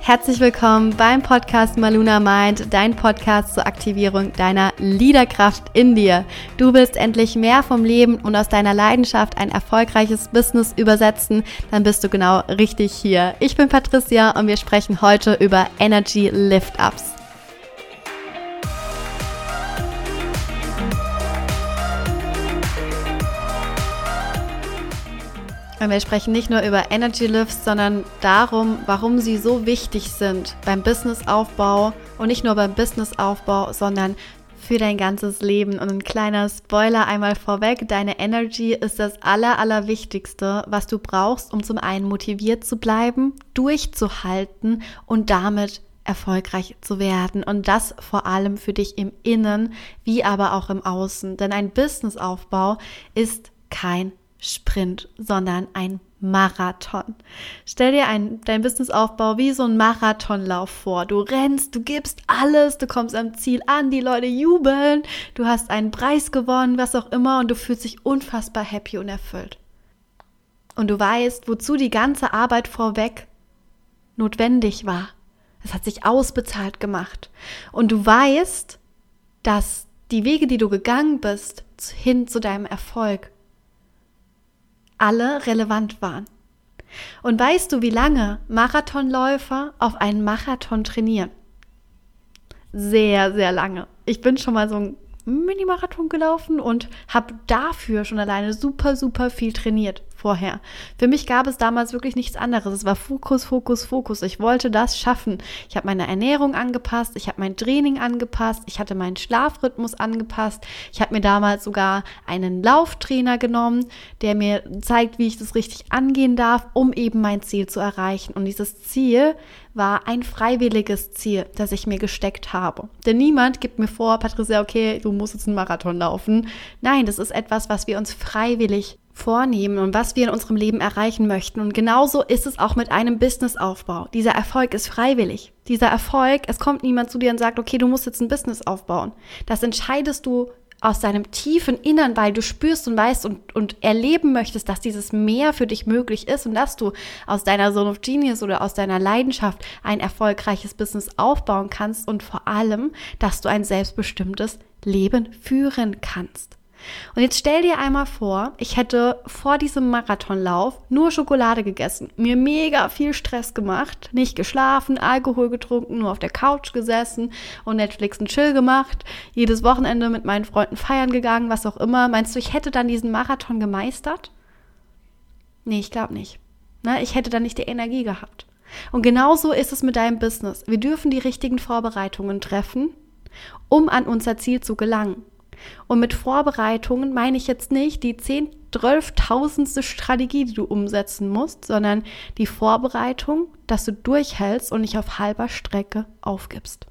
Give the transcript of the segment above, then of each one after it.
Herzlich willkommen beim Podcast Maluna Mind, dein Podcast zur Aktivierung deiner Leaderkraft in dir. Du willst endlich mehr vom Leben und aus deiner Leidenschaft ein erfolgreiches Business übersetzen, dann bist du genau richtig hier. Ich bin Patricia und wir sprechen heute über Energy Lift-Ups. Und wir sprechen nicht nur über Energy Lifts, sondern darum, warum sie so wichtig sind beim Businessaufbau und nicht nur beim Businessaufbau, sondern für dein ganzes Leben. Und ein kleiner Spoiler einmal vorweg, deine Energy ist das Allerwichtigste, was du brauchst, um zum einen motiviert zu bleiben, durchzuhalten und damit erfolgreich zu werden. Und das vor allem für dich im Innen, wie aber auch im Außen. Denn ein Businessaufbau ist kein Sprint, sondern ein Marathon. Stell dir dein Businessaufbau wie so ein Marathonlauf vor. Du rennst, du gibst alles, du kommst am Ziel an, die Leute jubeln, du hast einen Preis gewonnen, was auch immer, und du fühlst dich unfassbar happy und erfüllt. Und du weißt, wozu die ganze Arbeit vorweg notwendig war. Es hat sich ausbezahlt gemacht. Und du weißt, dass die Wege, die du gegangen bist, hin zu deinem Erfolg, alle relevant waren. Und weißt du, wie lange Marathonläufer auf einen Marathon trainieren? Sehr, sehr lange. Ich bin schon mal so ein Mini-Marathon gelaufen und habe dafür schon alleine super viel trainiert vorher. Für mich gab es damals wirklich nichts anderes. Es war Fokus. Ich wollte das schaffen. Ich habe meine Ernährung angepasst, ich habe mein Training angepasst, ich hatte meinen Schlafrhythmus angepasst. Ich habe mir damals sogar einen Lauftrainer genommen, der mir zeigt, wie ich das richtig angehen darf, um eben mein Ziel zu erreichen. Und dieses Ziel war ein freiwilliges Ziel, das ich mir gesteckt habe. Denn niemand gibt mir vor, Patricia, okay, du musst jetzt einen Marathon laufen. Nein, das ist etwas, was wir uns freiwillig vornehmen und was wir in unserem Leben erreichen möchten. Und genauso ist es auch mit einem Businessaufbau. Dieser Erfolg ist freiwillig. Dieser Erfolg, es kommt niemand zu dir und sagt, okay, du musst jetzt ein Business aufbauen. Das entscheidest du aus deinem tiefen Innern, weil du spürst und weißt und erleben möchtest, dass dieses Mehr für dich möglich ist und dass du aus deiner Zone of Genius oder aus deiner Leidenschaft ein erfolgreiches Business aufbauen kannst und vor allem, dass du ein selbstbestimmtes Leben führen kannst. Und jetzt stell dir einmal vor, ich hätte vor diesem Marathonlauf nur Schokolade gegessen, mir mega viel Stress gemacht, nicht geschlafen, Alkohol getrunken, nur auf der Couch gesessen und Netflix und Chill gemacht, jedes Wochenende mit meinen Freunden feiern gegangen, was auch immer. Meinst du, ich hätte dann diesen Marathon gemeistert? Nee, ich glaube nicht. Ich hätte dann nicht die Energie gehabt. Und genauso ist es mit deinem Business. Wir dürfen die richtigen Vorbereitungen treffen, um an unser Ziel zu gelangen. Und mit Vorbereitungen meine ich jetzt nicht die 10.000-12.000. Strategie, die du umsetzen musst, sondern die Vorbereitung, dass du durchhältst und nicht auf halber Strecke aufgibst.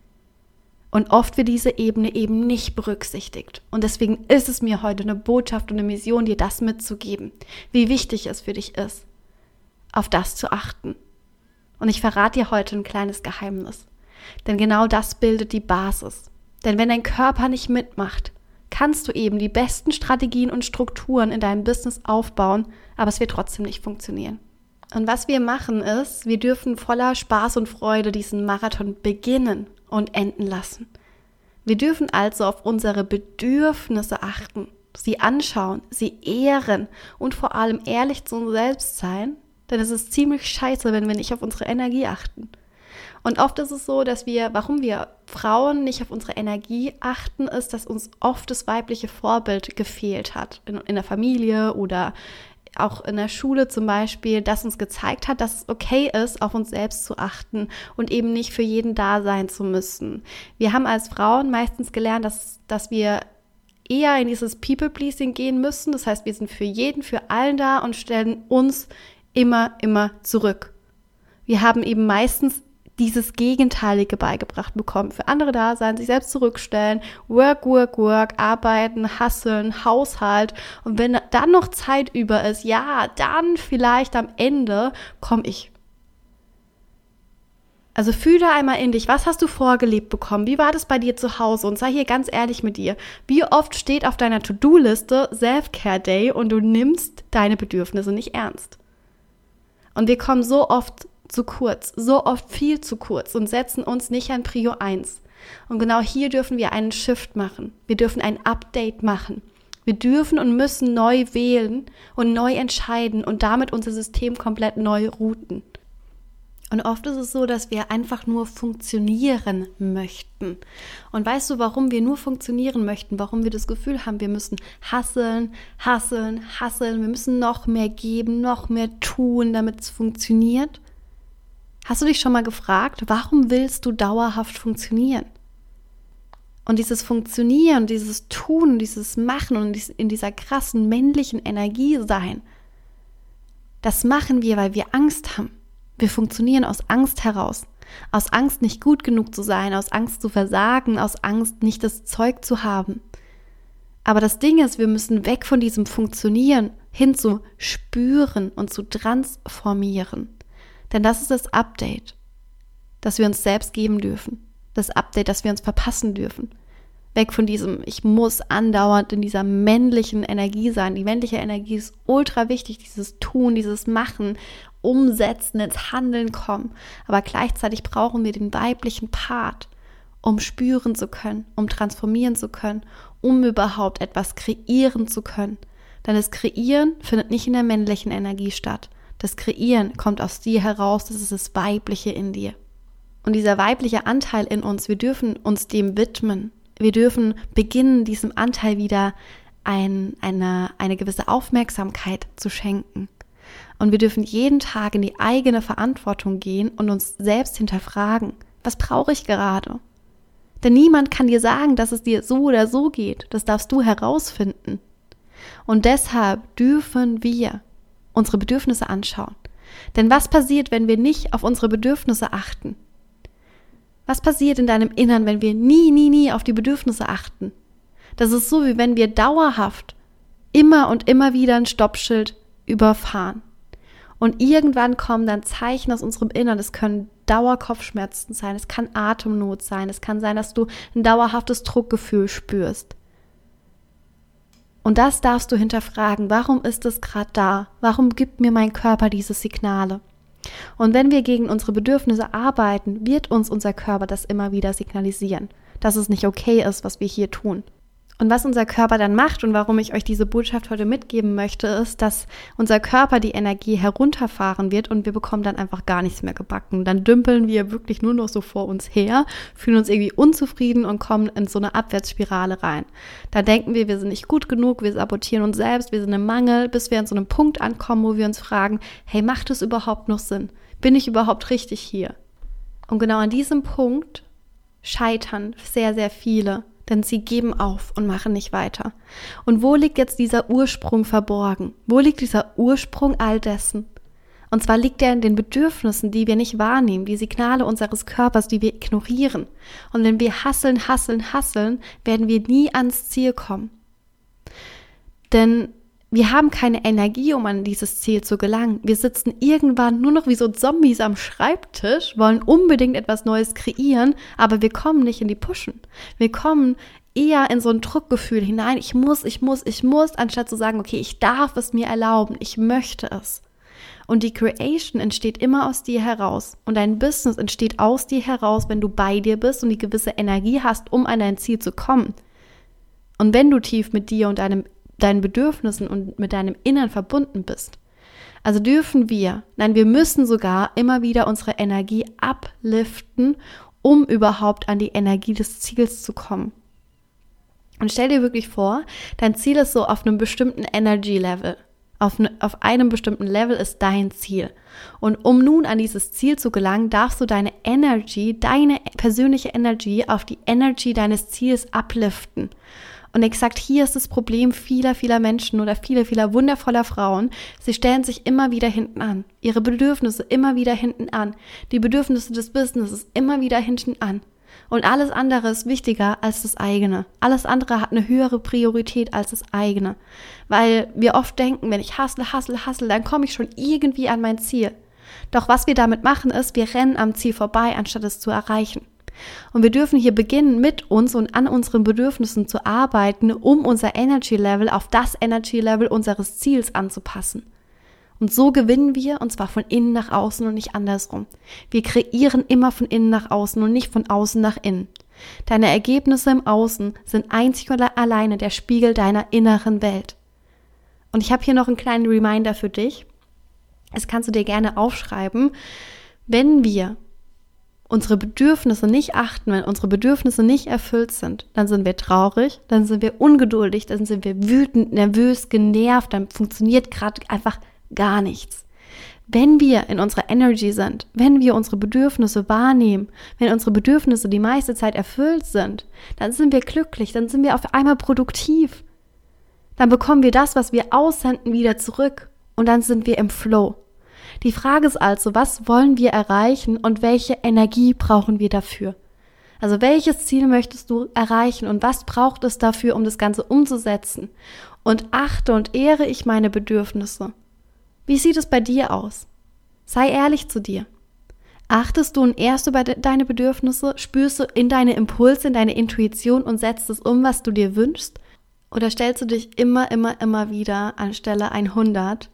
Und oft wird diese Ebene eben nicht berücksichtigt. Und deswegen ist es mir heute eine Botschaft und eine Mission, dir das mitzugeben, wie wichtig es für dich ist, auf das zu achten. Und ich verrate dir heute ein kleines Geheimnis. Denn genau das bildet die Basis. Denn wenn dein Körper nicht mitmacht, kannst du eben die besten Strategien und Strukturen in deinem Business aufbauen, aber es wird trotzdem nicht funktionieren. Und was wir machen ist, wir dürfen voller Spaß und Freude diesen Marathon beginnen und enden lassen. Wir dürfen also auf unsere Bedürfnisse achten, sie anschauen, sie ehren und vor allem ehrlich zu uns selbst sein, denn es ist ziemlich scheiße, wenn wir nicht auf unsere Energie achten. Und oft ist es so, dass warum wir Frauen nicht auf unsere Energie achten, ist, dass uns oft das weibliche Vorbild gefehlt hat. In der Familie oder auch in der Schule zum Beispiel, das uns gezeigt hat, dass es okay ist, auf uns selbst zu achten und eben nicht für jeden da sein zu müssen. Wir haben als Frauen meistens gelernt, dass wir eher in dieses People-Pleasing gehen müssen. Das heißt, wir sind für jeden, für allen da und stellen uns immer zurück. Wir haben eben meistens dieses Gegenteilige beigebracht bekommen. Für andere da sein, sich selbst zurückstellen, work, arbeiten, hustlen, Haushalt. Und wenn dann noch Zeit über ist, ja, dann vielleicht am Ende komme ich. Also fühle einmal in dich, was hast du vorgelebt bekommen? Wie war das bei dir zu Hause? Und sei hier ganz ehrlich mit dir. Wie oft steht auf deiner To-Do-Liste Self-Care Day und du nimmst deine Bedürfnisse nicht ernst? Und wir kommen so oft zu kurz, so oft viel zu kurz und setzen uns nicht an Prio 1. Und genau hier dürfen wir einen Shift machen. Wir dürfen ein Update machen. Wir dürfen und müssen neu wählen und neu entscheiden und damit unser System komplett neu routen. Und oft ist es so, dass wir einfach nur funktionieren möchten. Und weißt du, warum wir nur funktionieren möchten? Warum wir das Gefühl haben, wir müssen hustlen. Wir müssen noch mehr geben, noch mehr tun, damit es funktioniert? Hast du dich schon mal gefragt, warum willst du dauerhaft funktionieren? Und dieses Funktionieren, dieses Tun, dieses Machen und in dieser krassen männlichen Energie sein, das machen wir, weil wir Angst haben. Wir funktionieren aus Angst heraus. Aus Angst, nicht gut genug zu sein, aus Angst zu versagen, aus Angst, nicht das Zeug zu haben. Aber das Ding ist, wir müssen weg von diesem Funktionieren hin zu spüren und zu transformieren. Denn das ist das Update, das wir uns selbst geben dürfen. Das Update, das wir uns verpassen dürfen. Weg von diesem, ich muss andauernd in dieser männlichen Energie sein. Die männliche Energie ist ultra wichtig, dieses Tun, dieses Machen, Umsetzen, ins Handeln kommen. Aber gleichzeitig brauchen wir den weiblichen Part, um spüren zu können, um transformieren zu können, um überhaupt etwas kreieren zu können. Denn das Kreieren findet nicht in der männlichen Energie statt. Das Kreieren kommt aus dir heraus, das ist das Weibliche in dir. Und dieser weibliche Anteil in uns, wir dürfen uns dem widmen. Wir dürfen beginnen, diesem Anteil wieder eine gewisse Aufmerksamkeit zu schenken. Und wir dürfen jeden Tag in die eigene Verantwortung gehen und uns selbst hinterfragen, was brauche ich gerade? Denn niemand kann dir sagen, dass es dir so oder so geht. Das darfst du herausfinden. Und deshalb dürfen wir unsere Bedürfnisse anschauen. Denn was passiert, wenn wir nicht auf unsere Bedürfnisse achten? Was passiert in deinem Innern, wenn wir nie auf die Bedürfnisse achten? Das ist so, wie wenn wir dauerhaft immer und immer wieder ein Stoppschild überfahren. Und irgendwann kommen dann Zeichen aus unserem Innern. Es können Dauerkopfschmerzen sein, es kann Atemnot sein, es kann sein, dass du ein dauerhaftes Druckgefühl spürst. Und das darfst du hinterfragen. Warum ist es gerade da? Warum gibt mir mein Körper diese Signale? Und wenn wir gegen unsere Bedürfnisse arbeiten, wird uns unser Körper das immer wieder signalisieren, dass es nicht okay ist, was wir hier tun. Und was unser Körper dann macht und warum ich euch diese Botschaft heute mitgeben möchte, ist, dass unser Körper die Energie herunterfahren wird und wir bekommen dann einfach gar nichts mehr gebacken. Dann dümpeln wir wirklich nur noch so vor uns her, fühlen uns irgendwie unzufrieden und kommen in so eine Abwärtsspirale rein. Da denken wir sind nicht gut genug, wir sabotieren uns selbst, wir sind im Mangel, bis wir an so einem Punkt ankommen, wo wir uns fragen, hey, macht es überhaupt noch Sinn? Bin ich überhaupt richtig hier? Und genau an diesem Punkt scheitern sehr, sehr viele. Denn sie geben auf und machen nicht weiter. Und wo liegt jetzt dieser Ursprung verborgen? Wo liegt dieser Ursprung all dessen? Und zwar liegt er in den Bedürfnissen, die wir nicht wahrnehmen, die Signale unseres Körpers, die wir ignorieren. Und wenn wir hasseln, werden wir nie ans Ziel kommen. Denn wir haben keine Energie, um an dieses Ziel zu gelangen. Wir sitzen irgendwann nur noch wie so Zombies am Schreibtisch, wollen unbedingt etwas Neues kreieren, aber wir kommen nicht in die Pushen. Wir kommen eher in so ein Druckgefühl hinein, ich muss, anstatt zu sagen, okay, ich darf es mir erlauben, ich möchte es. Und die Creation entsteht immer aus dir heraus und dein Business entsteht aus dir heraus, wenn du bei dir bist und die gewisse Energie hast, um an dein Ziel zu kommen. Und wenn du tief mit dir und deinen Bedürfnissen und mit deinem Innern verbunden bist. Also wir müssen sogar immer wieder unsere Energie upliften, um überhaupt an die Energie des Ziels zu kommen. Und stell dir wirklich vor, dein Ziel ist so auf einem bestimmten Energy-Level. Auf einem bestimmten Level ist dein Ziel. Und um nun an dieses Ziel zu gelangen, darfst du deine persönliche Energy auf die Energy deines Ziels upliften. Und exakt hier ist das Problem vieler Menschen oder vieler wundervoller Frauen. Sie stellen sich immer wieder hinten an. Ihre Bedürfnisse immer wieder hinten an. Die Bedürfnisse des Businesses immer wieder hinten an. Und alles andere ist wichtiger als das eigene. Alles andere hat eine höhere Priorität als das eigene. Weil wir oft denken, wenn ich hustle, dann komme ich schon irgendwie an mein Ziel. Doch was wir damit machen ist, wir rennen am Ziel vorbei, anstatt es zu erreichen. Und wir dürfen hier beginnen, mit uns und an unseren Bedürfnissen zu arbeiten, um unser Energy Level auf das Energy Level unseres Ziels anzupassen. Und so gewinnen wir, und zwar von innen nach außen und nicht andersrum. Wir kreieren immer von innen nach außen und nicht von außen nach innen. Deine Ergebnisse im Außen sind einzig und alleine der Spiegel deiner inneren Welt. Und ich habe hier noch einen kleinen Reminder für dich. Das kannst du dir gerne aufschreiben. Wenn wir unsere Bedürfnisse nicht achten, wenn unsere Bedürfnisse nicht erfüllt sind, dann sind wir traurig, dann sind wir ungeduldig, dann sind wir wütend, nervös, genervt, dann funktioniert gerade einfach gar nichts. Wenn wir in unserer Energy sind, wenn wir unsere Bedürfnisse wahrnehmen, wenn unsere Bedürfnisse die meiste Zeit erfüllt sind, dann sind wir glücklich, dann sind wir auf einmal produktiv. Dann bekommen wir das, was wir aussenden, wieder zurück und dann sind wir im Flow. Die Frage ist also, was wollen wir erreichen und welche Energie brauchen wir dafür? Also welches Ziel möchtest du erreichen und was braucht es dafür, um das Ganze umzusetzen? Und achte und ehre ich meine Bedürfnisse? Wie sieht es bei dir aus? Sei ehrlich zu dir. Achtest du und ehrst du bei deine Bedürfnisse? Spürst du in deine Impulse, in deine Intuition und setzt es um, was du dir wünschst? Oder stellst du dich immer wieder an Stelle 100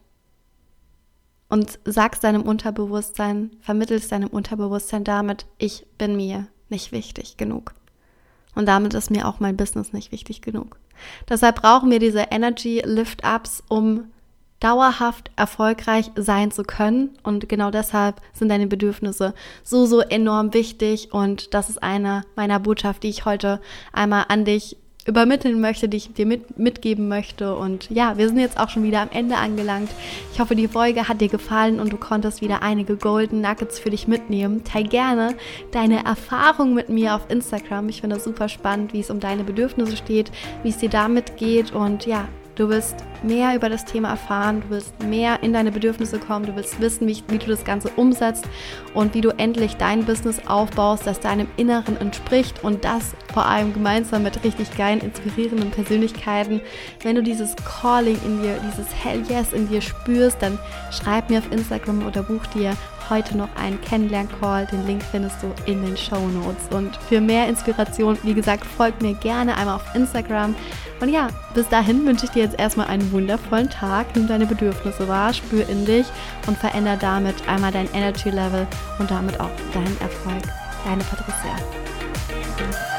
und sagst deinem Unterbewusstsein, vermittelst deinem Unterbewusstsein damit, ich bin mir nicht wichtig genug. Und damit ist mir auch mein Business nicht wichtig genug. Deshalb brauchen wir diese Energy Lift-Ups, um dauerhaft erfolgreich sein zu können. Und genau deshalb sind deine Bedürfnisse so enorm wichtig. Und das ist eine meiner Botschaften, die ich heute einmal an dich übermitteln möchte, die ich dir mitgeben möchte. Und ja, wir sind jetzt auch schon wieder am Ende angelangt. Ich hoffe, die Folge hat dir gefallen und du konntest wieder einige Golden Nuggets für dich mitnehmen. Teil gerne deine Erfahrung mit mir auf Instagram. Ich finde es super spannend, wie es um deine Bedürfnisse steht, wie es dir damit geht. Und ja, du wirst mehr über das Thema erfahren, du wirst mehr in deine Bedürfnisse kommen, du wirst wissen, wie du das Ganze umsetzt und wie du endlich dein Business aufbaust, das deinem Inneren entspricht und das vor allem gemeinsam mit richtig geilen, inspirierenden Persönlichkeiten. Wenn du dieses Calling in dir, dieses Hell Yes in dir spürst, dann schreib mir auf Instagram oder buch dir heute noch einen Kennenlern-Call. Den Link findest du in den Shownotes. Und für mehr Inspiration, wie gesagt, folgt mir gerne einmal auf Instagram. Und ja, bis dahin wünsche ich dir jetzt erstmal einen wundervollen Tag. Nimm deine Bedürfnisse wahr, spür in dich und veränder damit einmal dein Energy-Level und damit auch deinen Erfolg. Deine Patricia.